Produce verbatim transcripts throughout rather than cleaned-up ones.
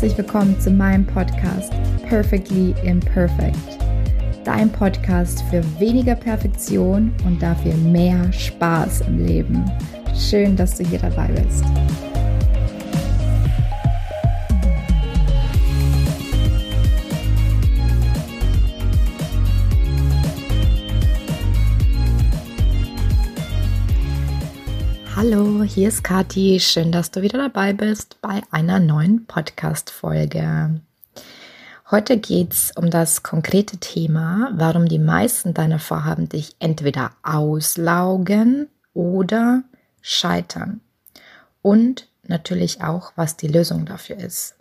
herzlich willkommen zu meinem Podcast Perfectly Imperfect. Dein Podcast für weniger Perfektion und dafür mehr Spaß im Leben. Schön, dass du hier dabei bist. Hallo, hier ist Kathi. Schön, dass du wieder dabei bist bei einer neuen Podcast-Folge. Heute geht es um das konkrete Thema, warum die meisten deiner Vorhaben dich entweder auslaugen oder scheitern. Und natürlich auch, was die Lösung dafür ist.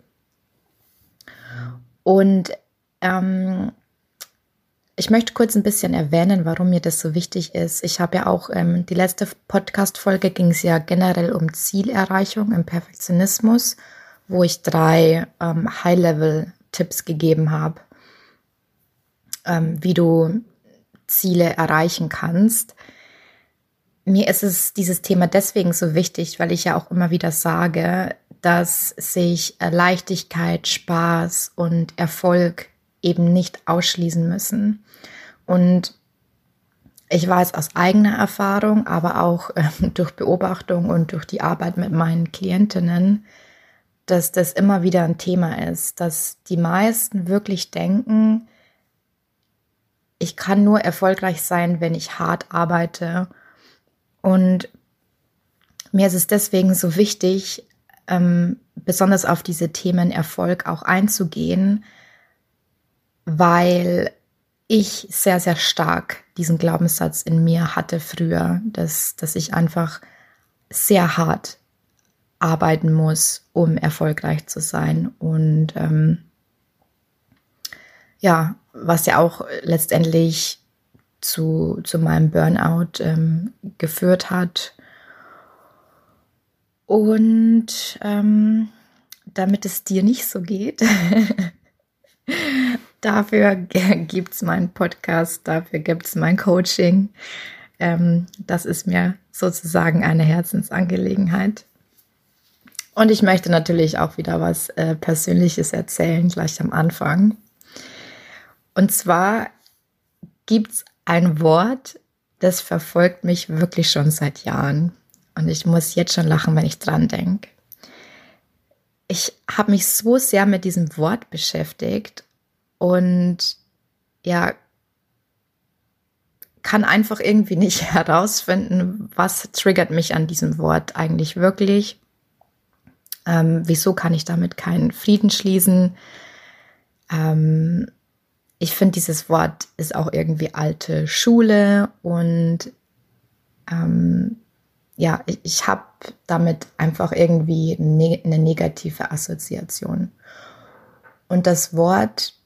Und ähm, ich möchte kurz ein bisschen erwähnen, warum mir das so wichtig ist. Ich habe ja auch, ähm, die letzte Podcast-Folge ging es ja generell um Zielerreichung im Perfektionismus, wo ich drei ähm, High-Level-Tipps gegeben habe, ähm, wie du Ziele erreichen kannst. Mir ist es dieses Thema deswegen so wichtig, weil ich ja auch immer wieder sage, dass sich Leichtigkeit, Spaß und Erfolg eben nicht ausschließen müssen. Und ich weiß aus eigener Erfahrung, aber auch äh, durch Beobachtung und durch die Arbeit mit meinen Klientinnen, dass das immer wieder ein Thema ist, dass die meisten wirklich denken, ich kann nur erfolgreich sein, wenn ich hart arbeite. Und mir ist es deswegen so wichtig, ähm, besonders auf diese Themen Erfolg auch einzugehen, weil ich sehr, sehr stark diesen Glaubenssatz in mir hatte früher, dass, dass ich einfach sehr hart arbeiten muss, um erfolgreich zu sein. Und ähm, ja, was ja auch letztendlich zu, zu meinem Burnout ähm, geführt hat. Und ähm, damit es dir nicht so geht, dafür gibt es meinen Podcast, dafür gibt es mein Coaching. Ähm, das ist mir sozusagen eine Herzensangelegenheit. Und ich möchte natürlich auch wieder was äh, Persönliches erzählen, gleich am Anfang. Und zwar gibt es ein Wort, das verfolgt mich wirklich schon seit Jahren. Und ich muss jetzt schon lachen, wenn ich dran denke. Ich habe mich so sehr mit diesem Wort beschäftigt und ja, kann einfach irgendwie nicht herausfinden, was triggert mich an diesem Wort eigentlich wirklich. Ähm, wieso kann ich damit keinen Frieden schließen? Ähm, ich finde, dieses Wort ist auch irgendwie alte Schule und ähm, ja, ich, ich habe damit einfach irgendwie ne, eine negative Assoziation. Und das Wort,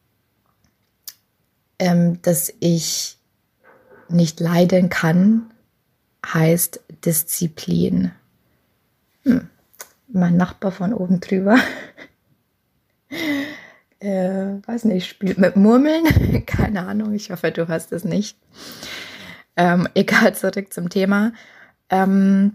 ähm, das ich nicht leiden kann, heißt Disziplin. Hm. Mein Nachbar von oben drüber, äh, weiß nicht, spielt mit Murmeln. Keine Ahnung, ich hoffe, du hörst es nicht. Ähm, egal, zurück zum Thema. Ähm,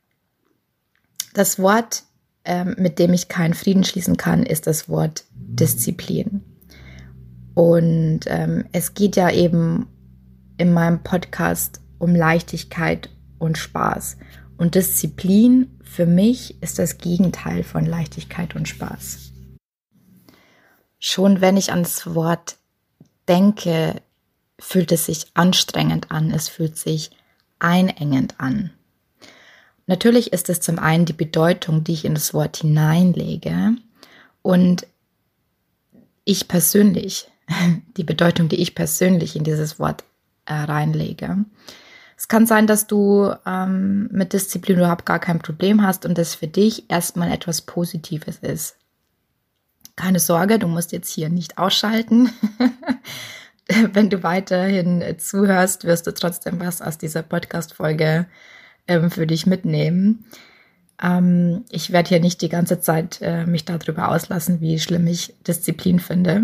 das Wort, ähm, mit dem ich keinen Frieden schließen kann, ist das Wort Disziplin. Und ähm, es geht ja eben in meinem Podcast um Leichtigkeit und Spaß. Und Disziplin für mich ist das Gegenteil von Leichtigkeit und Spaß. Schon wenn ich an das Wort denke, fühlt es sich anstrengend an, es fühlt sich einengend an. Natürlich ist es zum einen die Bedeutung, die ich in das Wort hineinlege und ich persönlich, die Bedeutung, die ich persönlich in dieses Wort äh, reinlege. Es kann sein, dass du ähm, mit Disziplin überhaupt gar kein Problem hast und das für dich erstmal etwas Positives ist. Keine Sorge, du musst jetzt hier nicht ausschalten. Wenn du weiterhin zuhörst, wirst du trotzdem was aus dieser Podcast-Folge ähm, für dich mitnehmen. Ähm, ich werde hier nicht die ganze Zeit äh, mich darüber auslassen, wie schlimm ich Disziplin finde.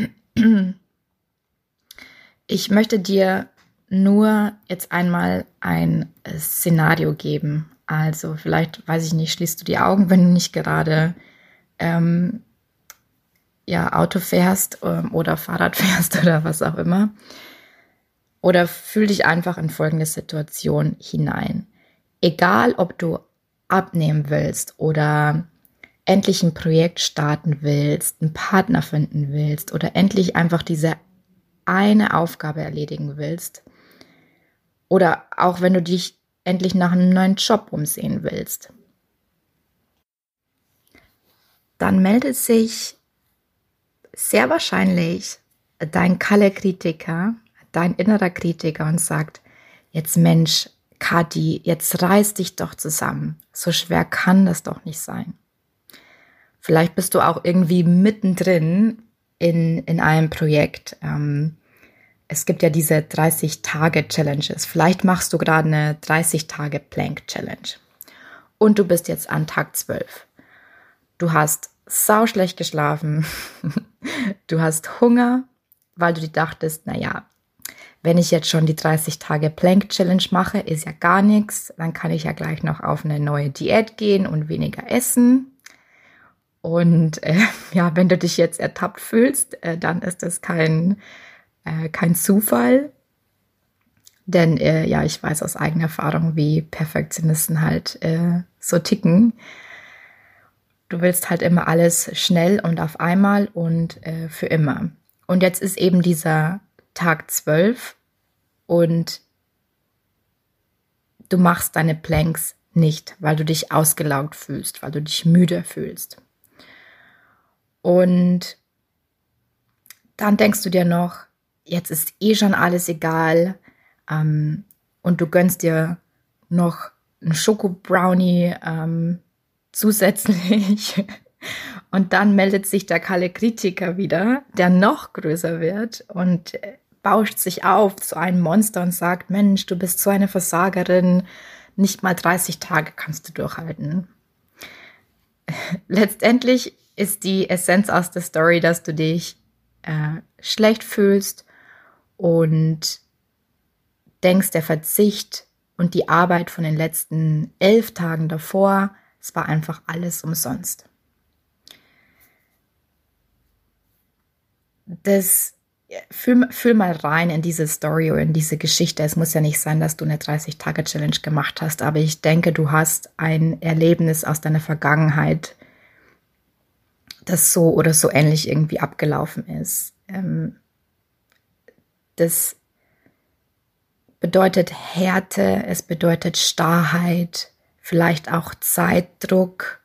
Ich möchte dir nur jetzt einmal ein Szenario geben. Also vielleicht, weiß ich nicht, schließt du die Augen, wenn du nicht gerade ähm, ja, Auto fährst ähm, oder Fahrrad fährst oder was auch immer. Oder fühl dich einfach in folgende Situation hinein. Egal, ob du abnehmen willst oder endlich ein Projekt starten willst, einen Partner finden willst oder endlich einfach diese eine Aufgabe erledigen willst oder auch wenn du dich endlich nach einem neuen Job umsehen willst, dann meldet sich sehr wahrscheinlich dein Kalle-Kritiker, dein innerer Kritiker und sagt, jetzt Mensch, Kathi, jetzt reiß dich doch zusammen. So schwer kann das doch nicht sein. Vielleicht bist du auch irgendwie mittendrin in, in einem Projekt. Ähm, es gibt ja diese dreißig-Tage-Challenges. Vielleicht machst du gerade eine dreißig-Tage-Plank-Challenge. Und du bist jetzt an Tag zwölf. Du hast sauschlecht geschlafen. Du hast Hunger, weil du dir dachtest, naja, wenn ich jetzt schon die dreißig-Tage-Plank-Challenge mache, ist ja gar nichts. Dann kann ich ja gleich noch auf eine neue Diät gehen und weniger essen. Und äh, ja, wenn du dich jetzt ertappt fühlst, äh, dann ist das kein, äh, kein Zufall. Denn äh, ja, ich weiß aus eigener Erfahrung, wie Perfektionisten halt äh, so ticken. Du willst halt immer alles schnell und auf einmal und äh, für immer. Und jetzt ist eben dieser Tag zwölf und du machst deine Planks nicht, weil du dich ausgelaugt fühlst, weil du dich müde fühlst. Und dann denkst du dir noch, jetzt ist eh schon alles egal ähm, und du gönnst dir noch einen Schoko-Brownie ähm, zusätzlich. Und dann meldet sich der kalle Kritiker wieder, der noch größer wird und bauscht sich auf zu einem Monster und sagt, Mensch, du bist so eine Versagerin, nicht mal dreißig Tage kannst du durchhalten. Letztendlich ist die Essenz aus der Story, dass du dich äh, schlecht fühlst und denkst, der Verzicht und die Arbeit von den letzten elf Tagen davor, es war einfach alles umsonst. Das, fühl, fühl mal rein in diese Story oder in diese Geschichte. Es muss ja nicht sein, dass du eine dreißig-Tage-Challenge gemacht hast, aber ich denke, du hast ein Erlebnis aus deiner Vergangenheit, das so oder so ähnlich irgendwie abgelaufen ist. Ähm, das bedeutet Härte, es bedeutet Starrheit, vielleicht auch Zeitdruck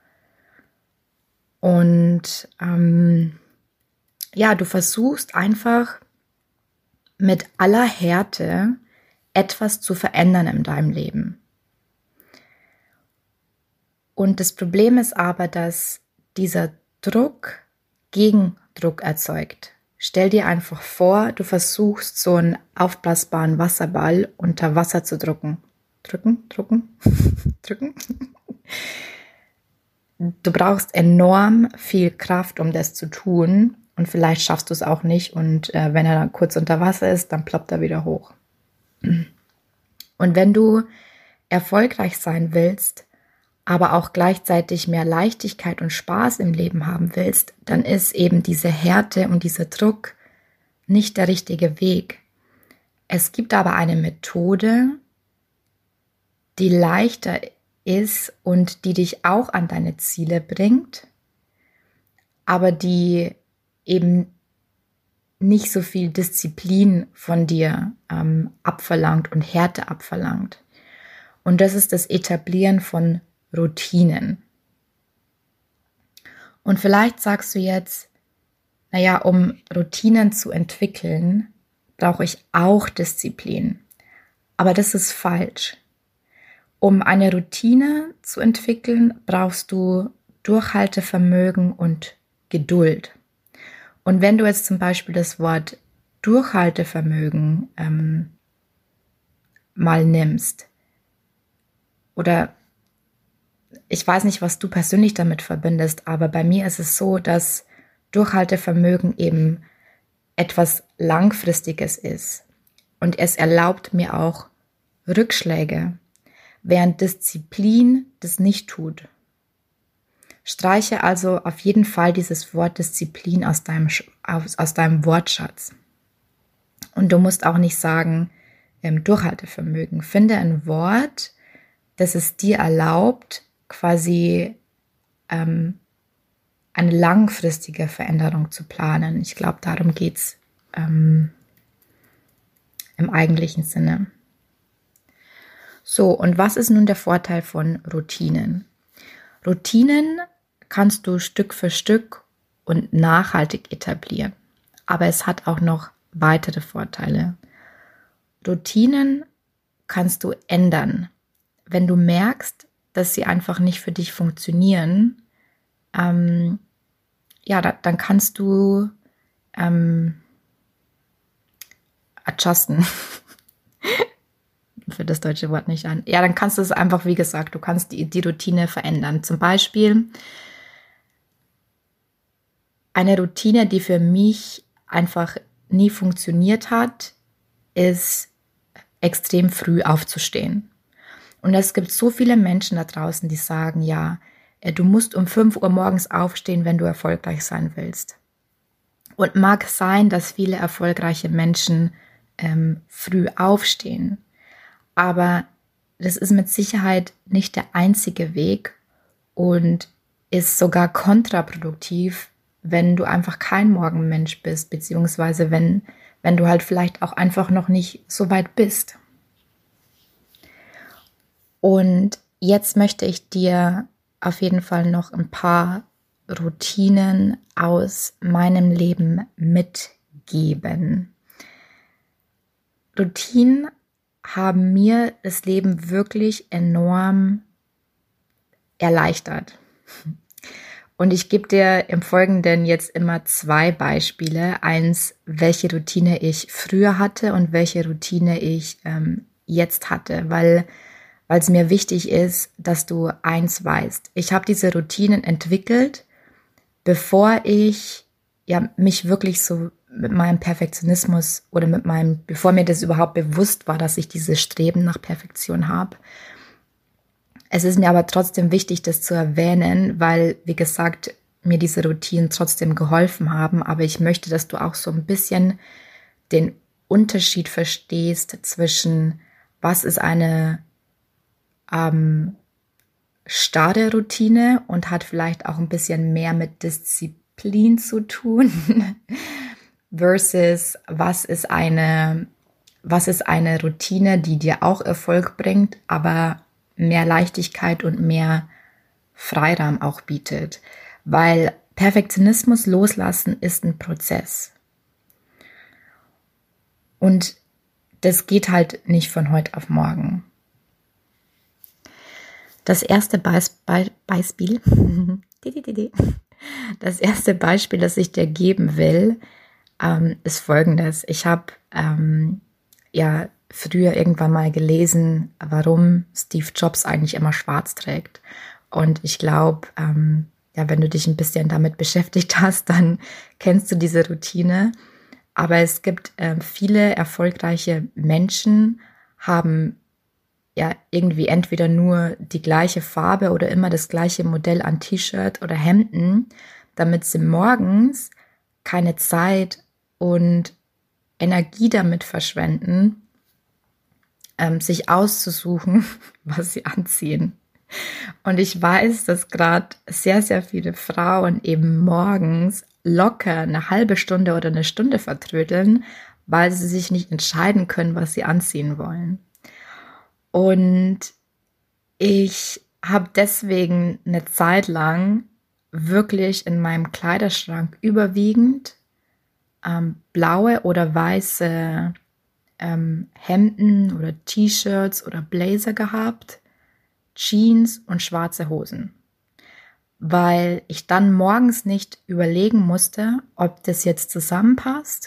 und ähm, ja, du versuchst einfach mit aller Härte etwas zu verändern in deinem Leben. Und das Problem ist aber, dass dieser Druck Gegendruck erzeugt. Stell dir einfach vor, du versuchst so einen aufblasbaren Wasserball unter Wasser zu drücken. Drücken, drücken, drücken. Du brauchst enorm viel Kraft, um das zu tun. Und vielleicht schaffst du es auch nicht. Und äh, wenn er dann kurz unter Wasser ist, dann ploppt er wieder hoch. Und wenn du erfolgreich sein willst, aber auch gleichzeitig mehr Leichtigkeit und Spaß im Leben haben willst, dann ist eben diese Härte und dieser Druck nicht der richtige Weg. Es gibt aber eine Methode, die leichter ist und die dich auch an deine Ziele bringt, aber die eben nicht so viel Disziplin von dir ähm, abverlangt und Härte abverlangt. Und das ist das Etablieren von Routinen. Und vielleicht sagst du jetzt, naja, um Routinen zu entwickeln, brauche ich auch Disziplin. Aber das ist falsch. Um eine Routine zu entwickeln, brauchst du Durchhaltevermögen und Geduld. Und wenn du jetzt zum Beispiel das Wort Durchhaltevermögen ähm, mal nimmst, oder ich weiß nicht, was du persönlich damit verbindest, aber bei mir ist es so, dass Durchhaltevermögen eben etwas Langfristiges ist. Und es erlaubt mir auch Rückschläge, während Disziplin das nicht tut. Streiche also auf jeden Fall dieses Wort Disziplin aus deinem, aus, aus deinem Wortschatz. Und du musst auch nicht sagen, ähm, Durchhaltevermögen. Finde ein Wort, das es dir erlaubt, quasi ähm, eine langfristige Veränderung zu planen. Ich glaube, darum geht es ähm, im eigentlichen Sinne. So, und was ist nun der Vorteil von Routinen? Routinen kannst du Stück für Stück und nachhaltig etablieren. Aber es hat auch noch weitere Vorteile. Routinen kannst du ändern. Wenn du merkst, dass sie einfach nicht für dich funktionieren, ähm, ja, da, dann kannst du ähm, adjusten. Für das deutsche Wort nicht an. Ja, dann kannst du es einfach, wie gesagt, du kannst die, die Routine verändern. Zum Beispiel eine Routine, die für mich einfach nie funktioniert hat, ist extrem früh aufzustehen. Und es gibt so viele Menschen da draußen, die sagen, ja, du musst um fünf Uhr morgens aufstehen, wenn du erfolgreich sein willst. Und mag sein, dass viele erfolgreiche Menschen ähm, früh aufstehen. Aber das ist mit Sicherheit nicht der einzige Weg und ist sogar kontraproduktiv, wenn du einfach kein Morgenmensch bist, beziehungsweise wenn, wenn du halt vielleicht auch einfach noch nicht so weit bist. Und jetzt möchte ich dir auf jeden Fall noch ein paar Routinen aus meinem Leben mitgeben. Routinen haben mir das Leben wirklich enorm erleichtert. Und ich gebe dir im Folgenden jetzt immer zwei Beispiele. Eins, welche Routine ich früher hatte und welche Routine ich ähm, jetzt hatte, weil weil es mir wichtig ist, dass du eins weißt. Ich habe diese Routinen entwickelt, bevor ich ja, mich wirklich so mit meinem Perfektionismus oder mit meinem, bevor mir das überhaupt bewusst war, dass ich dieses Streben nach Perfektion habe. Es ist mir aber trotzdem wichtig, das zu erwähnen, weil, wie gesagt, mir diese Routinen trotzdem geholfen haben. Aber ich möchte, dass du auch so ein bisschen den Unterschied verstehst zwischen, was ist eine ähm, starre Routine und hat vielleicht auch ein bisschen mehr mit Disziplin zu tun, versus was ist eine, was ist eine Routine, die dir auch Erfolg bringt, aber mehr Leichtigkeit und mehr Freiraum auch bietet. Weil Perfektionismus loslassen ist ein Prozess. Und das geht halt nicht von heute auf morgen. Das erste Beis- Be- Beispiel, das erste Beispiel, das ich dir geben will, ähm, ist folgendes. Ich habe ähm, ja früher irgendwann mal gelesen, warum Steve Jobs eigentlich immer schwarz trägt. Und ich glaube, ähm, ja, wenn du dich ein bisschen damit beschäftigt hast, dann kennst du diese Routine. Aber es gibt äh, viele erfolgreiche Menschen, haben ja irgendwie entweder nur die gleiche Farbe oder immer das gleiche Modell an T-Shirt oder Hemden, damit sie morgens keine Zeit und Energie damit verschwenden, ähm, sich auszusuchen, was sie anziehen. Und ich weiß, dass gerade sehr, sehr viele Frauen eben morgens locker eine halbe Stunde oder eine Stunde vertrödeln, weil sie sich nicht entscheiden können, was sie anziehen wollen. Und ich habe deswegen eine Zeit lang wirklich in meinem Kleiderschrank überwiegend ähm, blaue oder weiße ähm, Hemden oder T-Shirts oder Blazer gehabt, Jeans und schwarze Hosen. Weil ich dann morgens nicht überlegen musste, ob das jetzt zusammenpasst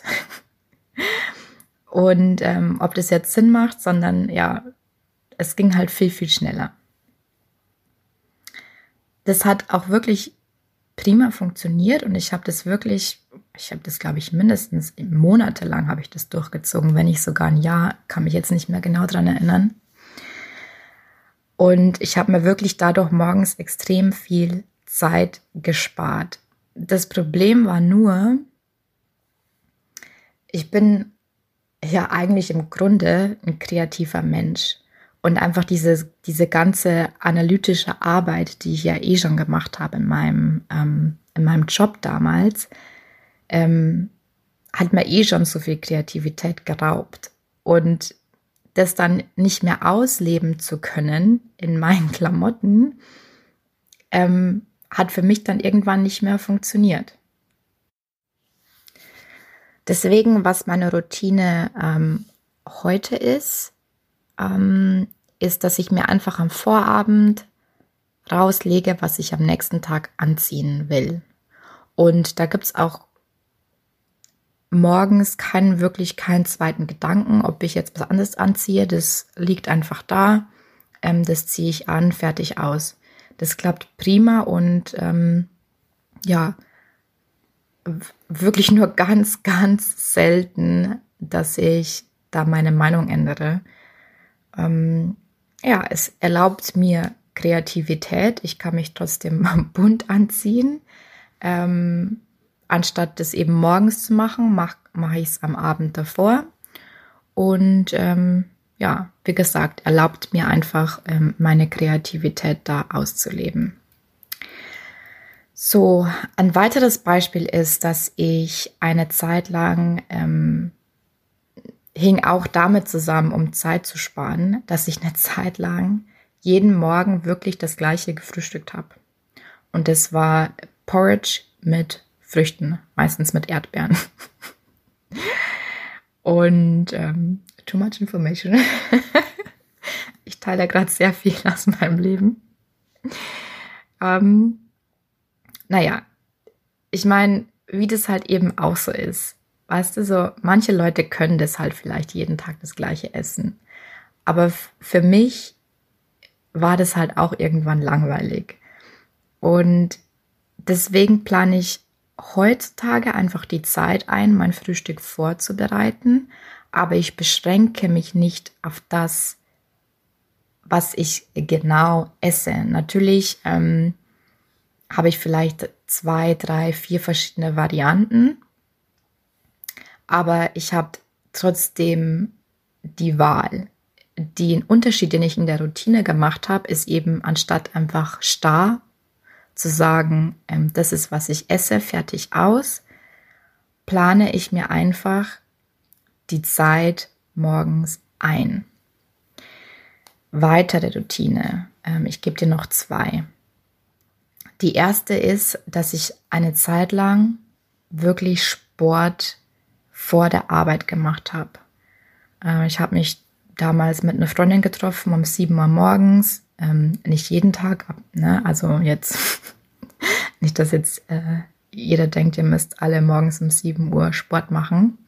und ähm, ob das jetzt Sinn macht, sondern ja, es ging halt viel, viel schneller. Das hat auch wirklich prima funktioniert und ich habe das wirklich, ich habe das, glaube ich, mindestens monatelang habe ich das durchgezogen, wenn nicht sogar ein Jahr, kann mich jetzt nicht mehr genau dran erinnern. Und ich habe mir wirklich dadurch morgens extrem viel Zeit gespart. Das Problem war nur, ich bin ja eigentlich im Grunde ein kreativer Mensch. Und einfach diese, diese ganze analytische Arbeit, die ich ja eh schon gemacht habe in meinem, ähm, in meinem Job damals, ähm, hat mir eh schon so viel Kreativität geraubt. Und das dann nicht mehr ausleben zu können in meinen Klamotten, ähm, hat für mich dann irgendwann nicht mehr funktioniert. Deswegen, was meine Routine ähm, heute ist, ähm, ist, dass ich mir einfach am Vorabend rauslege, was ich am nächsten Tag anziehen will. Und da gibt es auch morgens keinen, wirklich keinen zweiten Gedanken, ob ich jetzt was anderes anziehe. Das liegt einfach da. Ähm, das ziehe ich an, fertig aus. Das klappt prima und ähm, ja, w- wirklich nur ganz, ganz selten, dass ich da meine Meinung ändere. Ähm, ja, es erlaubt mir Kreativität. Ich kann mich trotzdem bunt anziehen. Ähm, anstatt das eben morgens zu machen, mache mach ich es am Abend davor. Und ähm, ja, wie gesagt, erlaubt mir einfach, ähm, meine Kreativität da auszuleben. So, ein weiteres Beispiel ist, dass ich eine Zeit lang ähm, hing auch damit zusammen, um Zeit zu sparen, dass ich eine Zeit lang jeden Morgen wirklich das Gleiche gefrühstückt habe. Und das war Porridge mit Früchten, meistens mit Erdbeeren. Und ähm, too much information. Ich teile da gerade sehr viel aus meinem Leben. Ähm, naja, ich meine, wie das halt eben auch so ist. Weißt du, so manche Leute können das halt vielleicht jeden Tag das Gleiche essen. Aber f- für mich war das halt auch irgendwann langweilig. Und deswegen plane ich heutzutage einfach die Zeit ein, mein Frühstück vorzubereiten. Aber ich beschränke mich nicht auf das, was ich genau esse. Natürlich ähm, habe ich vielleicht zwei, drei, vier verschiedene Varianten. Aber ich habe trotzdem die Wahl. Den Unterschied, den ich in der Routine gemacht habe, ist eben, anstatt einfach starr zu sagen, ähm, das ist, was ich esse, fertig aus, plane ich mir einfach die Zeit morgens ein. Weitere Routine. Ähm, ich gebe dir noch zwei. Die erste ist, dass ich eine Zeit lang wirklich Sport vor der Arbeit gemacht habe. Äh, ich habe mich damals mit einer Freundin getroffen um sieben Uhr morgens. Ähm, nicht jeden Tag, ne? Also jetzt nicht, dass jetzt äh, jeder denkt, ihr müsst alle morgens um sieben Uhr Sport machen.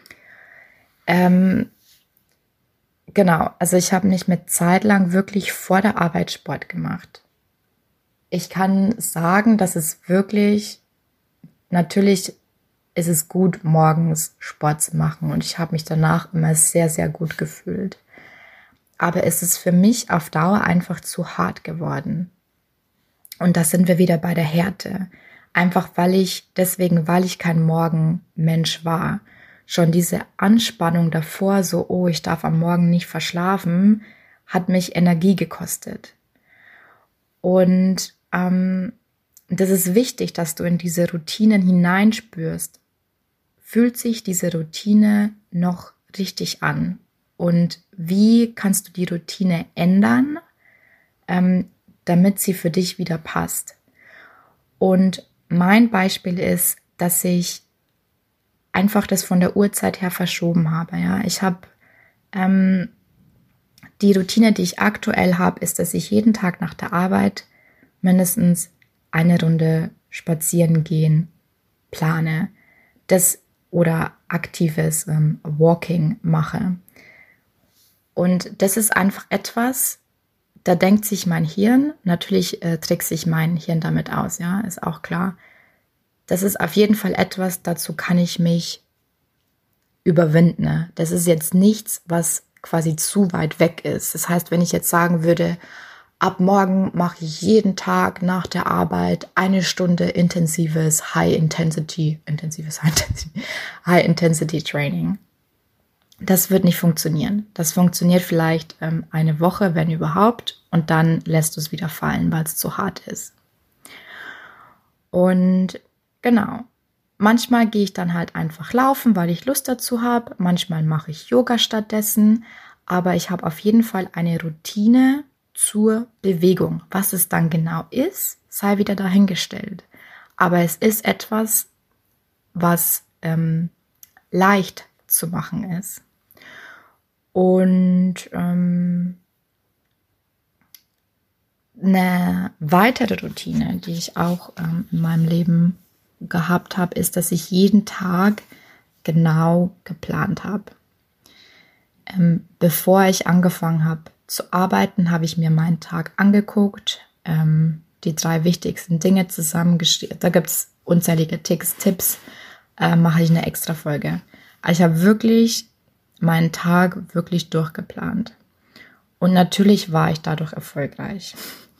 Ähm, genau, also ich habe mich mit Zeit lang wirklich vor der Arbeit Sport gemacht. Ich kann sagen, dass es wirklich, natürlich ist es gut, morgens Sport zu machen und ich habe mich danach immer sehr, sehr gut gefühlt. Aber es ist für mich auf Dauer einfach zu hart geworden. Und da sind wir wieder bei der Härte. Einfach weil ich, deswegen, weil ich kein Morgenmensch war. Schon diese Anspannung davor, so, oh, ich darf am Morgen nicht verschlafen, hat mich Energie gekostet. Und ähm, das ist wichtig, dass du in diese Routinen hineinspürst. Fühlt sich diese Routine noch richtig an? Und wie kannst du die Routine ändern, ähm, damit sie für dich wieder passt? Und mein Beispiel ist, dass ich einfach das von der Uhrzeit her verschoben habe. Ja, ich habe ähm, die Routine, die ich aktuell habe, ist, dass ich jeden Tag nach der Arbeit mindestens eine Runde spazieren gehen plane. Das oder aktives ähm, Walking mache. Und das ist einfach etwas, da denkt sich mein Hirn, natürlich äh, trickst sich mein Hirn damit aus, ja, ist auch klar. Das ist auf jeden Fall etwas, dazu kann ich mich überwinden. Ne? Das ist jetzt nichts, was quasi zu weit weg ist. Das heißt, wenn ich jetzt sagen würde, ab morgen mache ich jeden Tag nach der Arbeit eine Stunde intensives High-Intensity, intensives High-Intensity, High-Intensity-Training. Das wird nicht funktionieren. Das funktioniert vielleicht ähm, eine Woche, wenn überhaupt, und dann lässt du es wieder fallen, weil es zu hart ist. Und genau, manchmal gehe ich dann halt einfach laufen, weil ich Lust dazu habe. Manchmal mache ich Yoga stattdessen, aber ich habe auf jeden Fall eine Routine zur Bewegung. Was es dann genau ist, sei wieder dahingestellt. Aber es ist etwas, was ähm, leicht zu machen ist. Und ähm, eine weitere Routine, die ich auch ähm, in meinem Leben gehabt habe, ist, dass ich jeden Tag genau geplant habe. Ähm, bevor ich angefangen habe zu arbeiten, habe ich mir meinen Tag angeguckt, ähm, die drei wichtigsten Dinge zusammengeschrieben. Da gibt es unzählige Ticks, Tipps, äh, mache ich eine extra Folge. Also ich habe wirklich meinen Tag wirklich durchgeplant. Und natürlich war ich dadurch erfolgreich.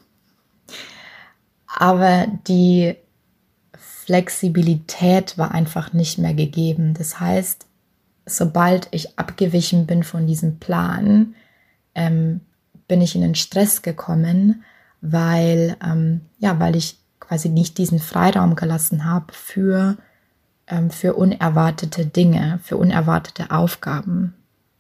Aber die Flexibilität war einfach nicht mehr gegeben. Das heißt, sobald ich abgewichen bin von diesem Plan, ähm, bin ich in den Stress gekommen, weil, ähm, ja, weil ich quasi nicht diesen Freiraum gelassen habe für, ähm, für unerwartete Dinge, für unerwartete Aufgaben.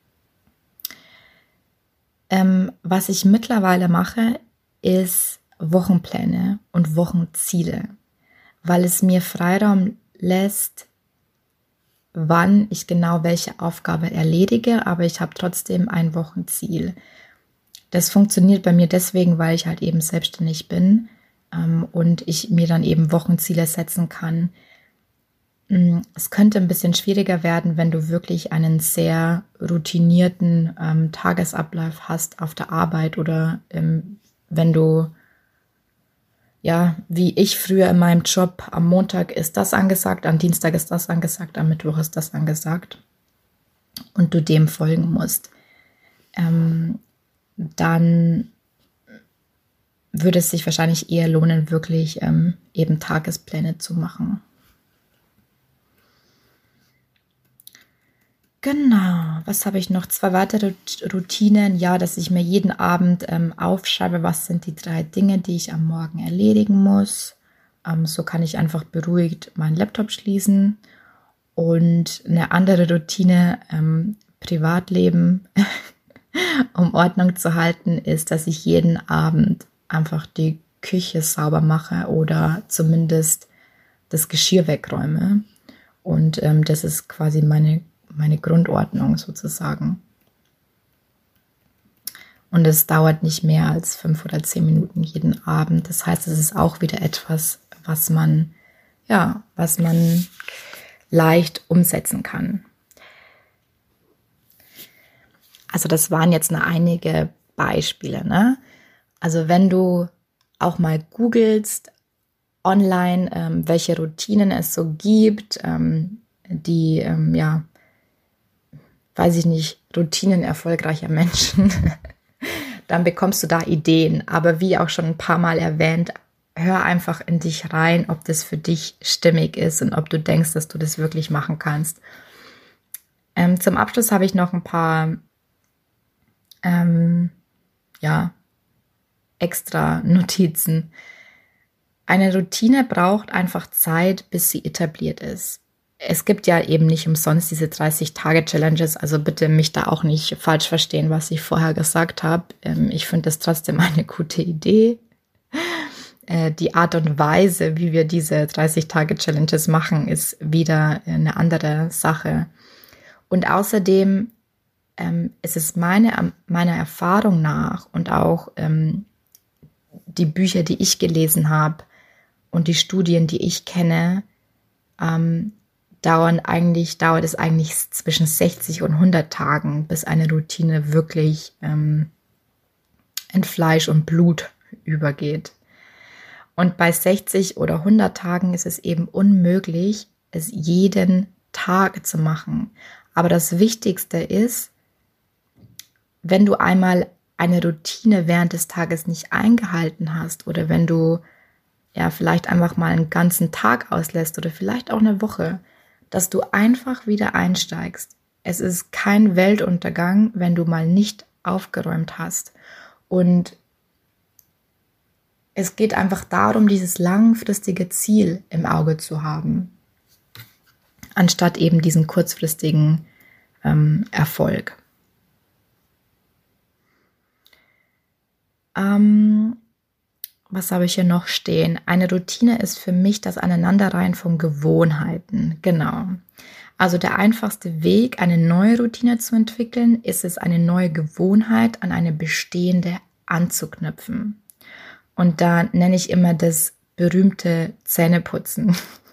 Ähm, was ich mittlerweile mache, ist Wochenpläne und Wochenziele, weil es mir Freiraum lässt, wann ich genau welche Aufgabe erledige, aber ich habe trotzdem ein Wochenziel. Das funktioniert bei mir deswegen, weil ich halt eben selbstständig bin ähm, und ich mir dann eben Wochenziele setzen kann. Es könnte ein bisschen schwieriger werden, wenn du wirklich einen sehr routinierten ähm, Tagesablauf hast auf der Arbeit oder ähm, wenn du, ja, wie ich früher in meinem Job, am Montag ist das angesagt, am Dienstag ist das angesagt, am Mittwoch ist das angesagt und du dem folgen musst, ähm, dann würde es sich wahrscheinlich eher lohnen, wirklich ähm, eben Tagespläne zu machen. Genau, was habe ich noch? Zwei weitere Routinen. Ja, dass ich mir jeden Abend ähm, aufschreibe, was sind die drei Dinge, die ich am Morgen erledigen muss. Ähm, so kann ich einfach beruhigt meinen Laptop schließen. Und eine andere Routine, ähm, Privatleben, um Ordnung zu halten, ist, dass ich jeden Abend einfach die Küche sauber mache oder zumindest das Geschirr wegräume. Und ähm, das ist quasi meine meine Grundordnung sozusagen. Und es dauert nicht mehr als fünf oder zehn Minuten jeden Abend. Das heißt, es ist auch wieder etwas, was man, ja, was man leicht umsetzen kann. Also das waren jetzt nur einige Beispiele, ne? Also wenn du auch mal googelst online, ähm, welche Routinen es so gibt, ähm, die, ähm, ja, weiß ich nicht, Routinen erfolgreicher Menschen, dann bekommst du da Ideen. Aber wie auch schon ein paar Mal erwähnt, hör einfach in dich rein, ob das für dich stimmig ist und ob du denkst, dass du das wirklich machen kannst. Ähm, zum Abschluss habe ich noch ein paar ähm, ja, extra Notizen. Eine Routine braucht einfach Zeit, bis sie etabliert ist. Es gibt ja eben nicht umsonst diese dreißig-Tage-Challenges, also bitte mich da auch nicht falsch verstehen, was ich vorher gesagt habe. Ich finde das trotzdem eine gute Idee. Die Art und Weise, wie wir diese dreißig-Tage-Challenges machen, ist wieder eine andere Sache. Und außerdem ähm, ist es meine, meiner Erfahrung nach und auch ähm, die Bücher, die ich gelesen habe und die Studien, die ich kenne, ähm, dauern eigentlich, dauert es eigentlich zwischen sechzig und hundert Tagen, bis eine Routine wirklich ähm, in Fleisch und Blut übergeht. Und bei sechzig oder hundert Tagen ist es eben unmöglich, es jeden Tag zu machen. Aber das Wichtigste ist, wenn du einmal eine Routine während des Tages nicht eingehalten hast oder wenn du ja vielleicht einfach mal einen ganzen Tag auslässt oder vielleicht auch eine Woche, dass du einfach wieder einsteigst. Es ist kein Weltuntergang, wenn du mal nicht aufgeräumt hast. Und es geht einfach darum, dieses langfristige Ziel im Auge zu haben, anstatt eben diesen kurzfristigen ähm, Erfolg. Ähm, was habe ich hier noch stehen? Eine Routine ist für mich das Aneinanderreihen von Gewohnheiten. Genau. Also der einfachste Weg, eine neue Routine zu entwickeln, ist es, eine neue Gewohnheit an eine bestehende anzuknüpfen. Und da nenne ich immer das berühmte Zähneputzen.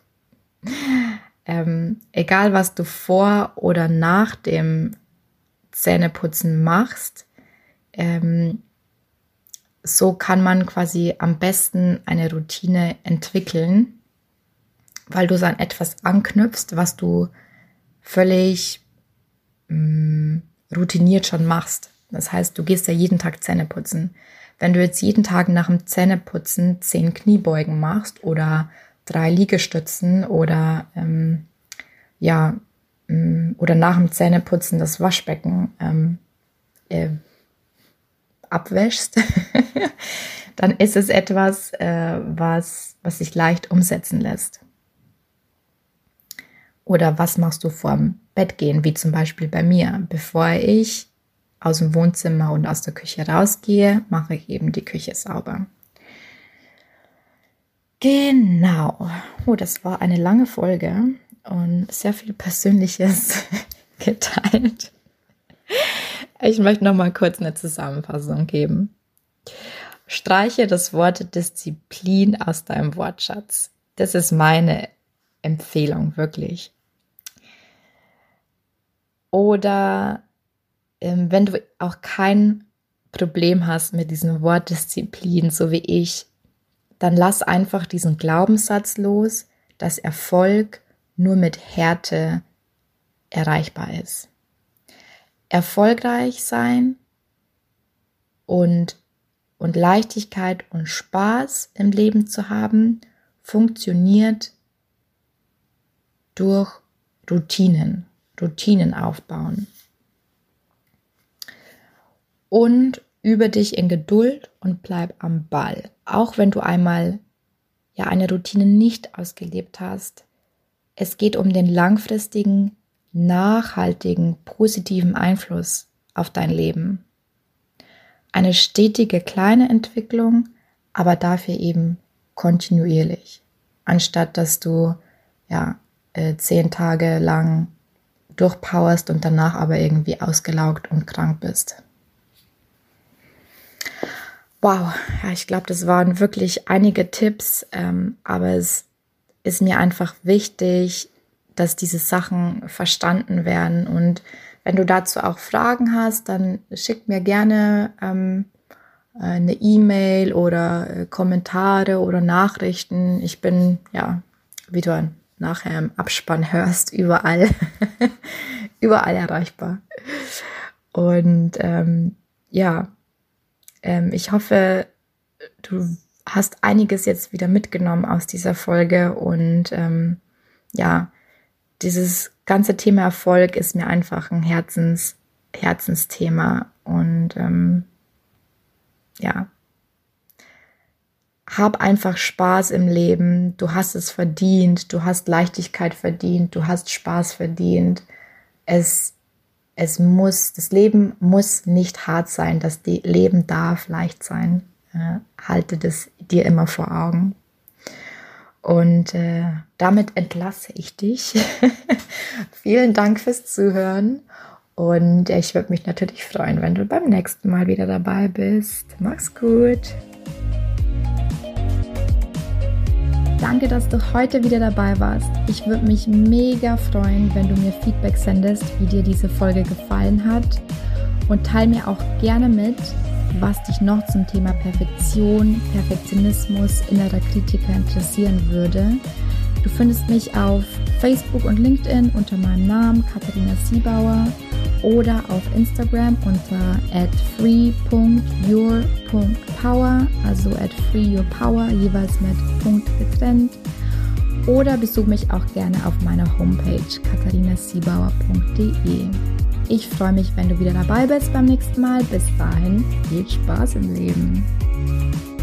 ähm, egal, was du vor oder nach dem Zähneputzen machst, ähm, so kann man quasi am besten eine Routine entwickeln, weil du so an etwas anknüpfst, was du völlig mh, routiniert schon machst. Das heißt, du gehst ja jeden Tag Zähne putzen. Wenn du jetzt jeden Tag nach dem Zähneputzen zehn Kniebeugen machst oder drei Liegestützen oder ähm, ja mh, oder nach dem Zähneputzen das Waschbecken ähm, äh, abwäschst, dann ist es etwas, äh, was, was sich leicht umsetzen lässt. Oder was machst du vorm Bett gehen, wie zum Beispiel bei mir? Bevor ich aus dem Wohnzimmer und aus der Küche rausgehe, mache ich eben die Küche sauber. Genau. Oh, das war eine lange Folge und sehr viel Persönliches geteilt. Ich möchte noch mal kurz eine Zusammenfassung geben. Streiche das Wort Disziplin aus deinem Wortschatz. Das ist meine Empfehlung, wirklich. Oder ähm, wenn du auch kein Problem hast mit diesem Wort Disziplin, so wie ich, dann lass einfach diesen Glaubenssatz los, dass Erfolg nur mit Härte erreichbar ist. Erfolgreich sein und, und Leichtigkeit und Spaß im Leben zu haben, funktioniert durch Routinen, Routinen aufbauen. Und übe dich in Geduld und bleib am Ball. Auch wenn du einmal ja eine Routine nicht ausgelebt hast. Es geht um den langfristigen, nachhaltigen, positiven Einfluss auf dein Leben. Eine stetige kleine Entwicklung, aber dafür eben kontinuierlich. Anstatt dass du ja äh, zehn Tage lang durchpowerst und danach aber irgendwie ausgelaugt und krank bist. Wow, ja, ich glaube, das waren wirklich einige Tipps, ähm, aber es ist mir einfach wichtig, dass diese Sachen verstanden werden. Und wenn du dazu auch Fragen hast, dann schick mir gerne ähm, eine E-Mail oder äh, Kommentare oder Nachrichten. Ich bin, ja, wie du nachher im Abspann hörst, überall, überall erreichbar. Und ähm, ja, ähm, ich hoffe, du hast einiges jetzt wieder mitgenommen aus dieser Folge und ähm, ja, dieses ganze Thema Erfolg ist mir einfach ein Herzens, Herzensthema und ähm, ja, hab einfach Spaß im Leben, du hast es verdient, du hast Leichtigkeit verdient, du hast Spaß verdient, es, es muss, das Leben muss nicht hart sein, das Leben darf leicht sein, äh, halte das dir immer vor Augen. Und äh, damit entlasse ich dich. Vielen Dank fürs Zuhören. Und ich würde mich natürlich freuen, wenn du beim nächsten Mal wieder dabei bist. Mach's gut. Danke, dass du heute wieder dabei warst. Ich würde mich mega freuen, wenn du mir Feedback sendest, wie dir diese Folge gefallen hat. Und teile mir auch gerne mit, was dich noch zum Thema Perfektion, Perfektionismus, innerer Kritiker interessieren würde. Du findest mich auf Facebook und LinkedIn unter meinem Namen Katharina Siebauer oder auf Instagram unter at free dot your dot power, also at freeyourpower, jeweils mit Punkt getrennt. Oder besuch mich auch gerne auf meiner Homepage katharina siebauer punkt de. Ich freue mich, wenn du wieder dabei bist beim nächsten Mal. Bis dahin, viel Spaß im Leben.